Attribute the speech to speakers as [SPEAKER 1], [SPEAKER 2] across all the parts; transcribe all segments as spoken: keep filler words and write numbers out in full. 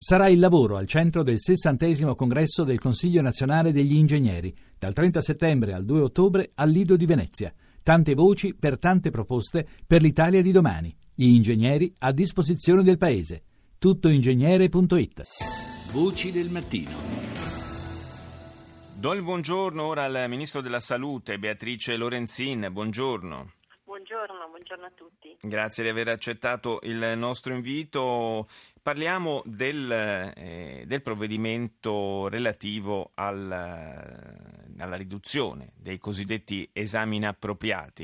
[SPEAKER 1] Sarà il lavoro al centro del sessantesimo congresso del Consiglio Nazionale degli Ingegneri, dal trenta settembre al due ottobre al Lido di Venezia. Tante voci per tante proposte per l'Italia di domani. Gli ingegneri a disposizione del Paese. tuttoingegnere punto it.
[SPEAKER 2] Voci del mattino.
[SPEAKER 3] Do il buongiorno ora al Ministro della Salute, Beatrice Lorenzin. Buongiorno.
[SPEAKER 4] Buongiorno, buongiorno a tutti.
[SPEAKER 3] Grazie di aver accettato il nostro invito. Parliamo del, eh, del provvedimento relativo al, alla riduzione dei cosiddetti esami inappropriati.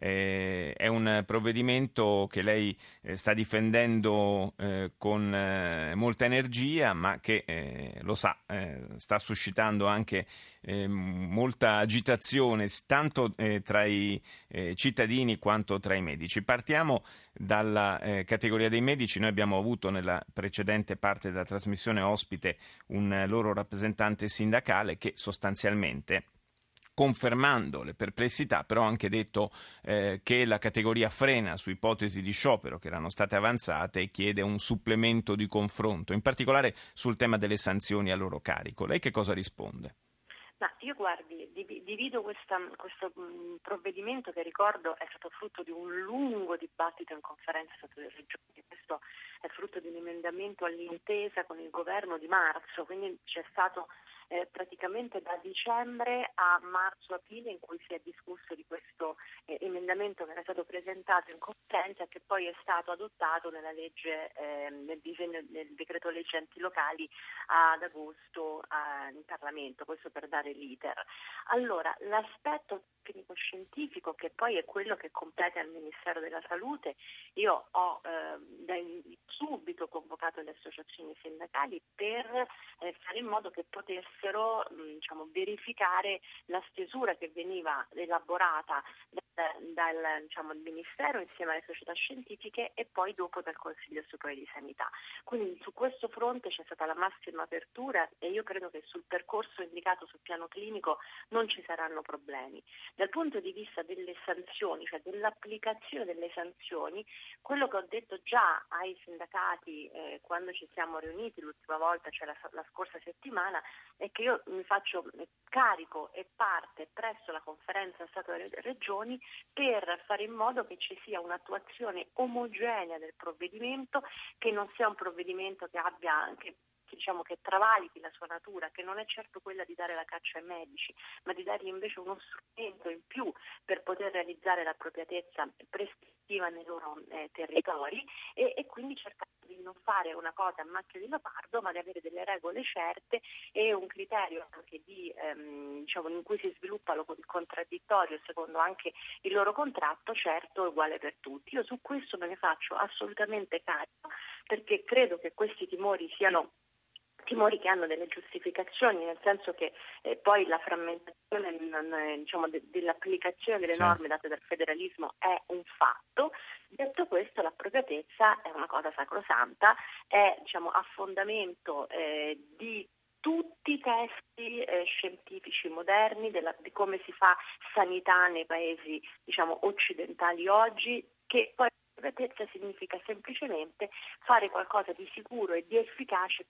[SPEAKER 3] Eh, è un provvedimento che lei eh, sta difendendo eh, con eh, molta energia, ma che, eh, lo sa, eh, sta suscitando anche eh, molta agitazione, tanto eh, tra i eh, cittadini quanto tra i medici. Partiamo dalla eh, categoria dei medici. Noi abbiamo avuto nella precedente parte della trasmissione ospite un loro rappresentante sindacale che sostanzialmente, confermando le perplessità, però ha anche detto eh, che la categoria frena su ipotesi di sciopero che erano state avanzate e chiede un supplemento di confronto, in particolare sul tema delle sanzioni a loro carico. Lei che cosa risponde?
[SPEAKER 4] Ma io guardi, divido questa, questo mh, provvedimento che ricordo è stato frutto di un lungo dibattito in conferenza delle regioni. Questo è frutto di un emendamento all'intesa con il governo di marzo, quindi c'è stato eh, praticamente da dicembre a marzo-aprile in cui si è discusso di questo eh, emendamento che era stato presentato in conferenza e che poi è stato adottato nella legge, eh, nel, disegno, nel decreto legge enti locali ad agosto eh, in Parlamento, questo per dare l'iter. Allora, l'aspetto tecnico-scientifico, che poi è quello che compete al Ministero della Salute, io ho eh, da subito convocato le associazioni sindacali per eh, fare in modo che potessero mh, diciamo, verificare la stesura che veniva elaborata dal, dal diciamo, Ministero insieme alle società scientifiche e poi dopo dal Consiglio Superiore di Sanità. Quindi su questo fronte c'è stata la massima apertura e io credo che sul percorso indicato sul piano clinico non ci saranno problemi. Dal punto di vista delle sanzioni, cioè dell'applicazione delle sanzioni, quello che ho detto già ai sindacati eh, quando ci siamo riuniti l'ultima volta, cioè la, la scorsa settimana, è che io mi faccio carico e parte presso la conferenza Stato e Regioni per fare in modo che ci sia un'attuazione omogenea del provvedimento, che non sia un provvedimento che abbia anche diciamo che travalichi la sua natura, che non è certo quella di dare la caccia ai medici, ma di dargli invece uno strumento in più per poter realizzare l'appropriatezza prescrittiva nei loro eh, territori e, e quindi cercare di non fare una cosa a macchia di leopardo, ma di avere delle regole certe e un criterio anche di ehm, diciamo in cui si sviluppa il contraddittorio secondo anche il loro contratto, certo uguale per tutti. Io su questo me ne faccio assolutamente carico perché credo che questi timori siano timori che hanno delle giustificazioni, nel senso che eh, poi la frammentazione non, eh, diciamo, de- dell'applicazione delle
[SPEAKER 3] sì.
[SPEAKER 4] norme date dal federalismo è un fatto. Detto questo, l'appropriatezza è una cosa sacrosanta, è diciamo, a fondamento eh, di tutti i testi eh, scientifici moderni della, di come si fa sanità nei paesi diciamo, occidentali oggi, che poi l'appropriatezza significa semplicemente fare qualcosa di sicuro e di efficace.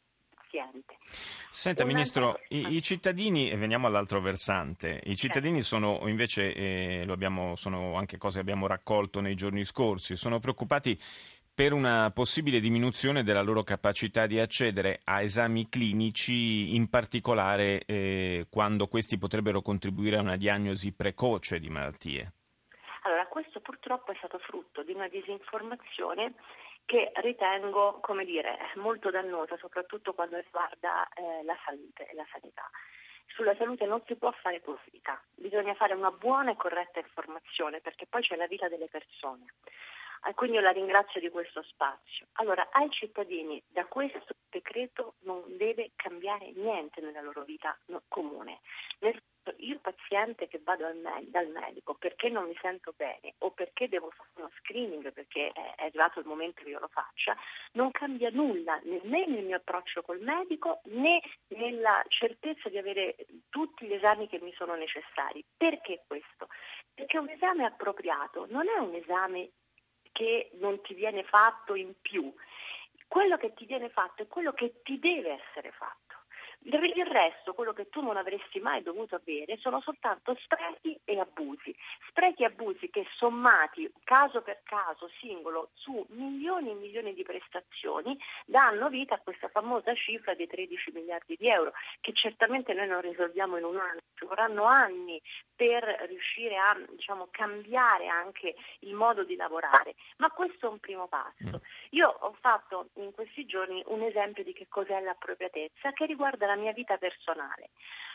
[SPEAKER 3] Senta
[SPEAKER 4] Una...
[SPEAKER 3] Ministro, i, i cittadini, e veniamo all'altro versante, i cittadini sono invece, eh, lo abbiamo, sono anche cose che abbiamo raccolto nei giorni scorsi, sono preoccupati per una possibile diminuzione della loro capacità di accedere a esami clinici, in particolare eh, quando questi potrebbero contribuire a una diagnosi precoce di malattie.
[SPEAKER 4] Allora, questo purtroppo è stato frutto di una disinformazione che ritengo, come dire, molto dannosa, soprattutto quando riguarda eh, la salute e la sanità. Sulla salute non si può fare politica, bisogna fare una buona e corretta informazione, perché poi c'è la vita delle persone. E quindi io la ringrazio di questo spazio. Allora, ai cittadini da questo decreto non deve cambiare niente nella loro vita no, comune. Nel Io paziente che vado al med- dal medico perché non mi sento bene o perché devo fare uno screening perché è, è arrivato il momento che io lo faccia, non cambia nulla né nel mio approccio col medico né nella certezza di avere tutti gli esami che mi sono necessari. Perché questo? Perché un esame appropriato non è un esame che non ti viene fatto in più. quello che ti viene fatto è quello che ti deve essere fatto. Il resto, quello che tu non avresti mai dovuto avere, sono soltanto sprechi e abusi. Sprechi e abusi che sommati caso per caso, singolo, su milioni e milioni di prestazioni, danno vita a questa famosa cifra di tredici miliardi di euro, che certamente noi non risolviamo in un anno, ci vorranno anni per riuscire a, diciamo, cambiare anche il modo di lavorare. Ma questo è un primo passo. Io ho fatto in questi giorni un esempio di che cos'è l'appropriatezza, che riguarda la mia vita personale.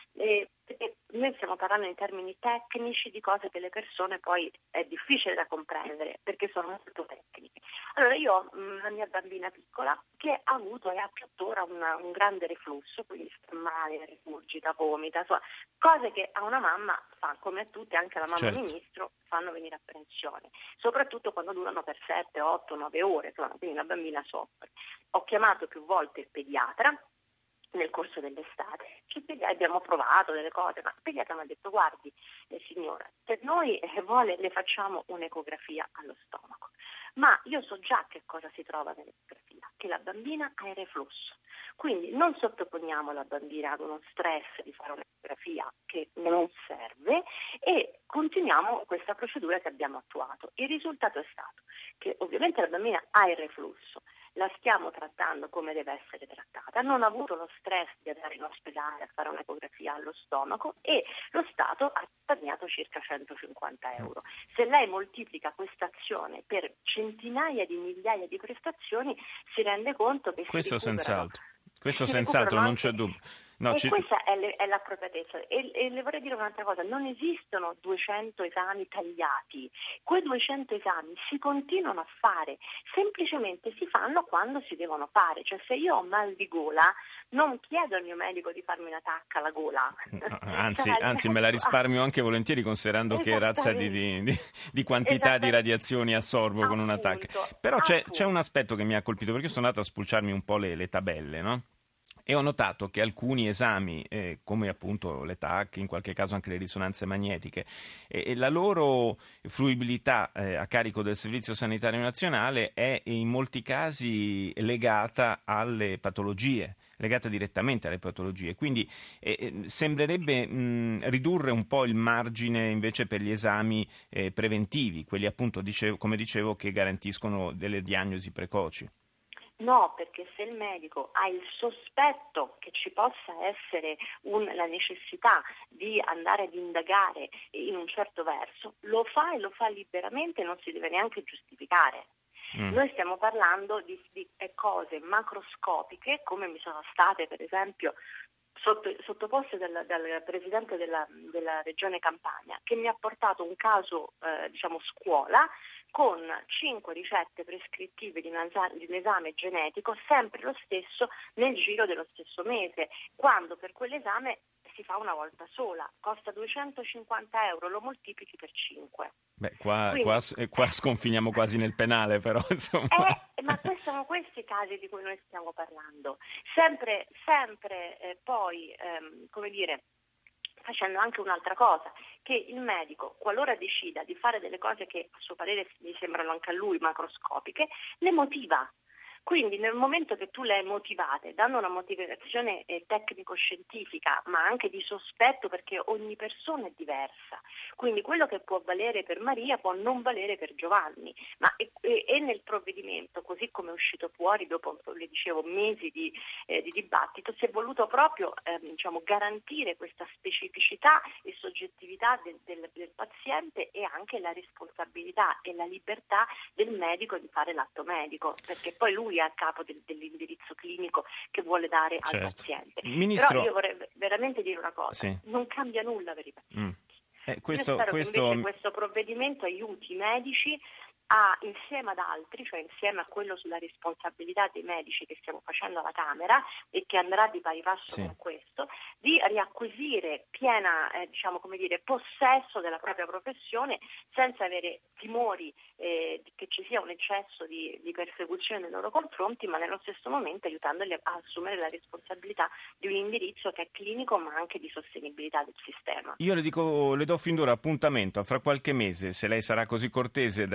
[SPEAKER 4] E, e noi stiamo parlando in termini tecnici di cose che le persone poi è difficile da comprendere perché sono molto tecniche. Allora io ho una mia bambina piccola che ha avuto e ha tuttora una, un grande reflusso, quindi sta male, rigurgita, vomita, insomma, cose che a una mamma fa, come a tutte, anche la mamma
[SPEAKER 3] certo.
[SPEAKER 4] ministro, fanno venire apprensione, soprattutto quando durano per sette, otto, nove ore, insomma, quindi la bambina soffre. Ho chiamato più volte il pediatra nel corso dell'estate, abbiamo provato delle cose, ma il pediatra mi ha detto: guardi eh, signora, se noi eh, vuole le facciamo un'ecografia allo stomaco, ma io so già che cosa si trova nell'ecografia, che la bambina ha il reflusso, quindi non sottoponiamo la bambina ad uno stress di fare un'ecografia che non serve e continuiamo questa procedura che abbiamo attuato. Il risultato è stato che ovviamente la bambina ha il reflusso, la stiamo trattando come deve essere trattata, non ha avuto lo stress di andare in ospedale a fare un'ecografia allo stomaco e lo Stato ha risparmiato circa centocinquanta euro. Se lei moltiplica questa azione per centinaia di migliaia di prestazioni, si rende conto che
[SPEAKER 3] questo
[SPEAKER 4] si recuperano,
[SPEAKER 3] senz'altro, questo
[SPEAKER 4] si
[SPEAKER 3] senz'altro, non c'è
[SPEAKER 4] anche,
[SPEAKER 3] dubbio. No,
[SPEAKER 4] e
[SPEAKER 3] ci...
[SPEAKER 4] questa è, le, è l'appropriatezza. E, e le vorrei dire un'altra cosa: non esistono duecento esami tagliati, quei duecento esami si continuano a fare, semplicemente si fanno quando si devono fare. Cioè, se io ho mal di gola non chiedo al mio medico di farmi una tacca alla gola,
[SPEAKER 3] anzi,
[SPEAKER 4] cioè,
[SPEAKER 3] anzi me la risparmio anche volentieri, considerando che razza di, di, di, di quantità di radiazioni assorbo con una tacca. Però c'è, c'è un aspetto che mi ha colpito, perché io sono andato a spulciarmi un po' le, le tabelle, no? E ho notato che alcuni esami, eh, come appunto le T A C, in qualche caso anche le risonanze magnetiche, eh, la loro fruibilità eh, a carico del Servizio Sanitario Nazionale è in molti casi legata alle patologie, legata direttamente alle patologie. Quindi eh, sembrerebbe mh, ridurre un po' il margine invece per gli esami eh, preventivi, quelli appunto, dicevo, come dicevo, che garantiscono delle diagnosi precoci.
[SPEAKER 4] No, perché se il medico ha il sospetto che ci possa essere un, la necessità di andare ad indagare in un certo verso, lo fa e lo fa liberamente e non si deve neanche giustificare. Mm. Noi stiamo parlando di, di cose macroscopiche, come mi sono state per esempio Sotto, sottoposte dal, dal presidente della, della regione Campania, che mi ha portato un caso eh, diciamo scuola con cinque ricette prescrittive di un, di un esame genetico, sempre lo stesso nel giro dello stesso mese, quando per quell'esame si fa una volta sola, costa duecentocinquanta euro, lo moltiplichi per cinque.
[SPEAKER 3] Beh, qua,
[SPEAKER 4] Quindi,
[SPEAKER 3] qua, qua sconfiniamo quasi nel penale, però insomma.
[SPEAKER 4] Eh, ma questi sono questi casi di cui noi stiamo parlando. Sempre, sempre eh, poi, ehm, come dire, facendo anche un'altra cosa, che il medico, qualora decida di fare delle cose che a suo parere gli sembrano anche a lui macroscopiche, le motiva. Quindi nel momento che tu le hai motivate, dando una motivazione eh, tecnico-scientifica, ma anche di sospetto, perché ogni persona è diversa, quindi quello che può valere per Maria può non valere per Giovanni, ma e, e, e nel provvedimento, così come è uscito fuori dopo, le dicevo, mesi di, eh, di dibattito, si è voluto proprio eh, diciamo, garantire questa specificità e soggettività del, del, del paziente e anche la responsabilità e la libertà del medico di fare l'atto medico, perché poi lui a capo del, dell'indirizzo clinico che vuole dare certo. al paziente.
[SPEAKER 3] Ministro...
[SPEAKER 4] Però io vorrei veramente dire una cosa,
[SPEAKER 3] sì.
[SPEAKER 4] non cambia nulla per i pazienti.
[SPEAKER 3] Mm. Eh, questo,
[SPEAKER 4] io spero
[SPEAKER 3] questo...
[SPEAKER 4] che invece questo provvedimento aiuti i medici a, insieme ad altri, cioè insieme a quello sulla responsabilità dei medici che stiamo facendo alla Camera e che andrà di pari passo sì. con questo, di riacquisire piena, eh, diciamo come dire, possesso della propria professione senza avere timori eh, che ci sia un eccesso di, di persecuzione nei loro confronti, ma nello stesso momento aiutandoli a assumere la responsabilità di un indirizzo che è clinico ma anche di sostenibilità del sistema.
[SPEAKER 3] Io le dico, le do fin d'ora appuntamento fra qualche mese, se lei sarà così cortese da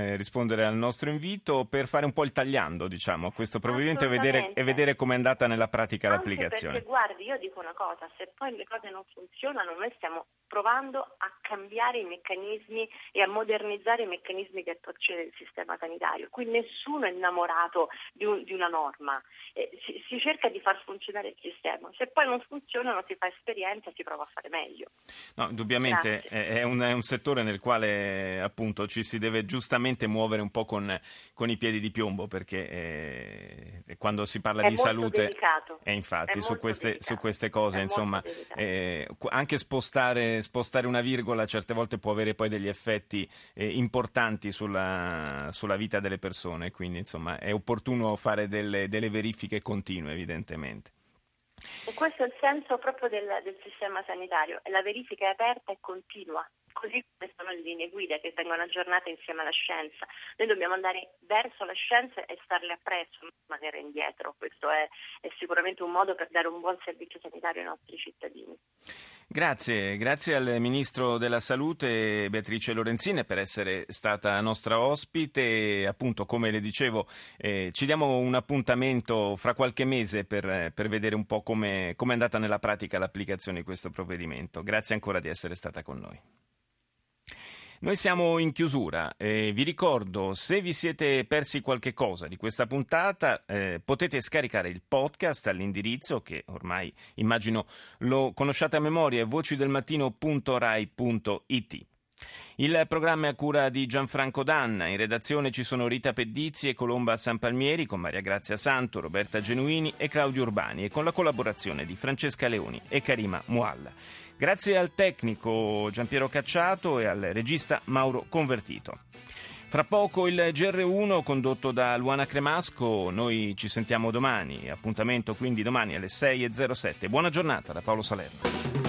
[SPEAKER 3] eh, rispondere al nostro invito per fare un po' il tagliando, diciamo, a questo provvedimento e vedere, e vedere com'è andata nella pratica
[SPEAKER 4] Anche
[SPEAKER 3] l'applicazione.
[SPEAKER 4] Perché guardi, io dico una cosa, se poi le cose non funzionano, noi stiamo provando a cambiare i meccanismi e a modernizzare i meccanismi di attuazione del sistema sanitario. Qui nessuno è innamorato di, un, di una norma, eh, si, si cerca di far funzionare il sistema. Se poi non funzionano si fa esperienza e si prova a fare meglio.
[SPEAKER 3] No, indubbiamente è un, è un settore nel quale appunto ci si deve giustamente muovere un po' con, con i piedi di piombo, perché eh, quando si parla
[SPEAKER 4] è
[SPEAKER 3] di salute
[SPEAKER 4] delicato.
[SPEAKER 3] e infatti
[SPEAKER 4] è
[SPEAKER 3] su queste, su queste cose
[SPEAKER 4] è
[SPEAKER 3] insomma eh, anche spostare, spostare una virgola certe volte può avere poi degli effetti eh, importanti sulla, sulla vita delle persone, quindi insomma è opportuno fare delle, delle verifiche continue, evidentemente.
[SPEAKER 4] E questo è il senso proprio del, del sistema sanitario, e la verifica è aperta e continua, così come sono le linee guida che vengono aggiornate insieme alla scienza. Noi dobbiamo andare verso la scienza e starle appresso, non rimanere indietro. Questo è, è sicuramente un modo per dare un buon servizio sanitario ai nostri cittadini.
[SPEAKER 3] Grazie, grazie al Ministro della Salute Beatrice Lorenzin per essere stata nostra ospite. Appunto, come le dicevo, eh, ci diamo un appuntamento fra qualche mese per, per vedere un po' come è andata nella pratica l'applicazione di questo provvedimento. Grazie ancora di essere stata con noi. Noi siamo in chiusura, eh, vi ricordo, se vi siete persi qualche cosa di questa puntata, eh, potete scaricare il podcast all'indirizzo che ormai immagino lo conosciate a memoria, voci-del-mattino punto rai punto it. Il programma è a cura di Gianfranco Danna, in redazione ci sono Rita Pedizzi e Colomba Sanpalmieri con Maria Grazia Santo, Roberta Genuini e Claudio Urbani e con la collaborazione di Francesca Leoni e Karima Mualla. Grazie al tecnico Giampiero Cacciato e al regista Mauro Convertito. Fra poco il G R uno condotto da Luana Cremasco, noi ci sentiamo domani, appuntamento quindi domani alle sei e zero sette. Buona giornata da Paolo Salerno.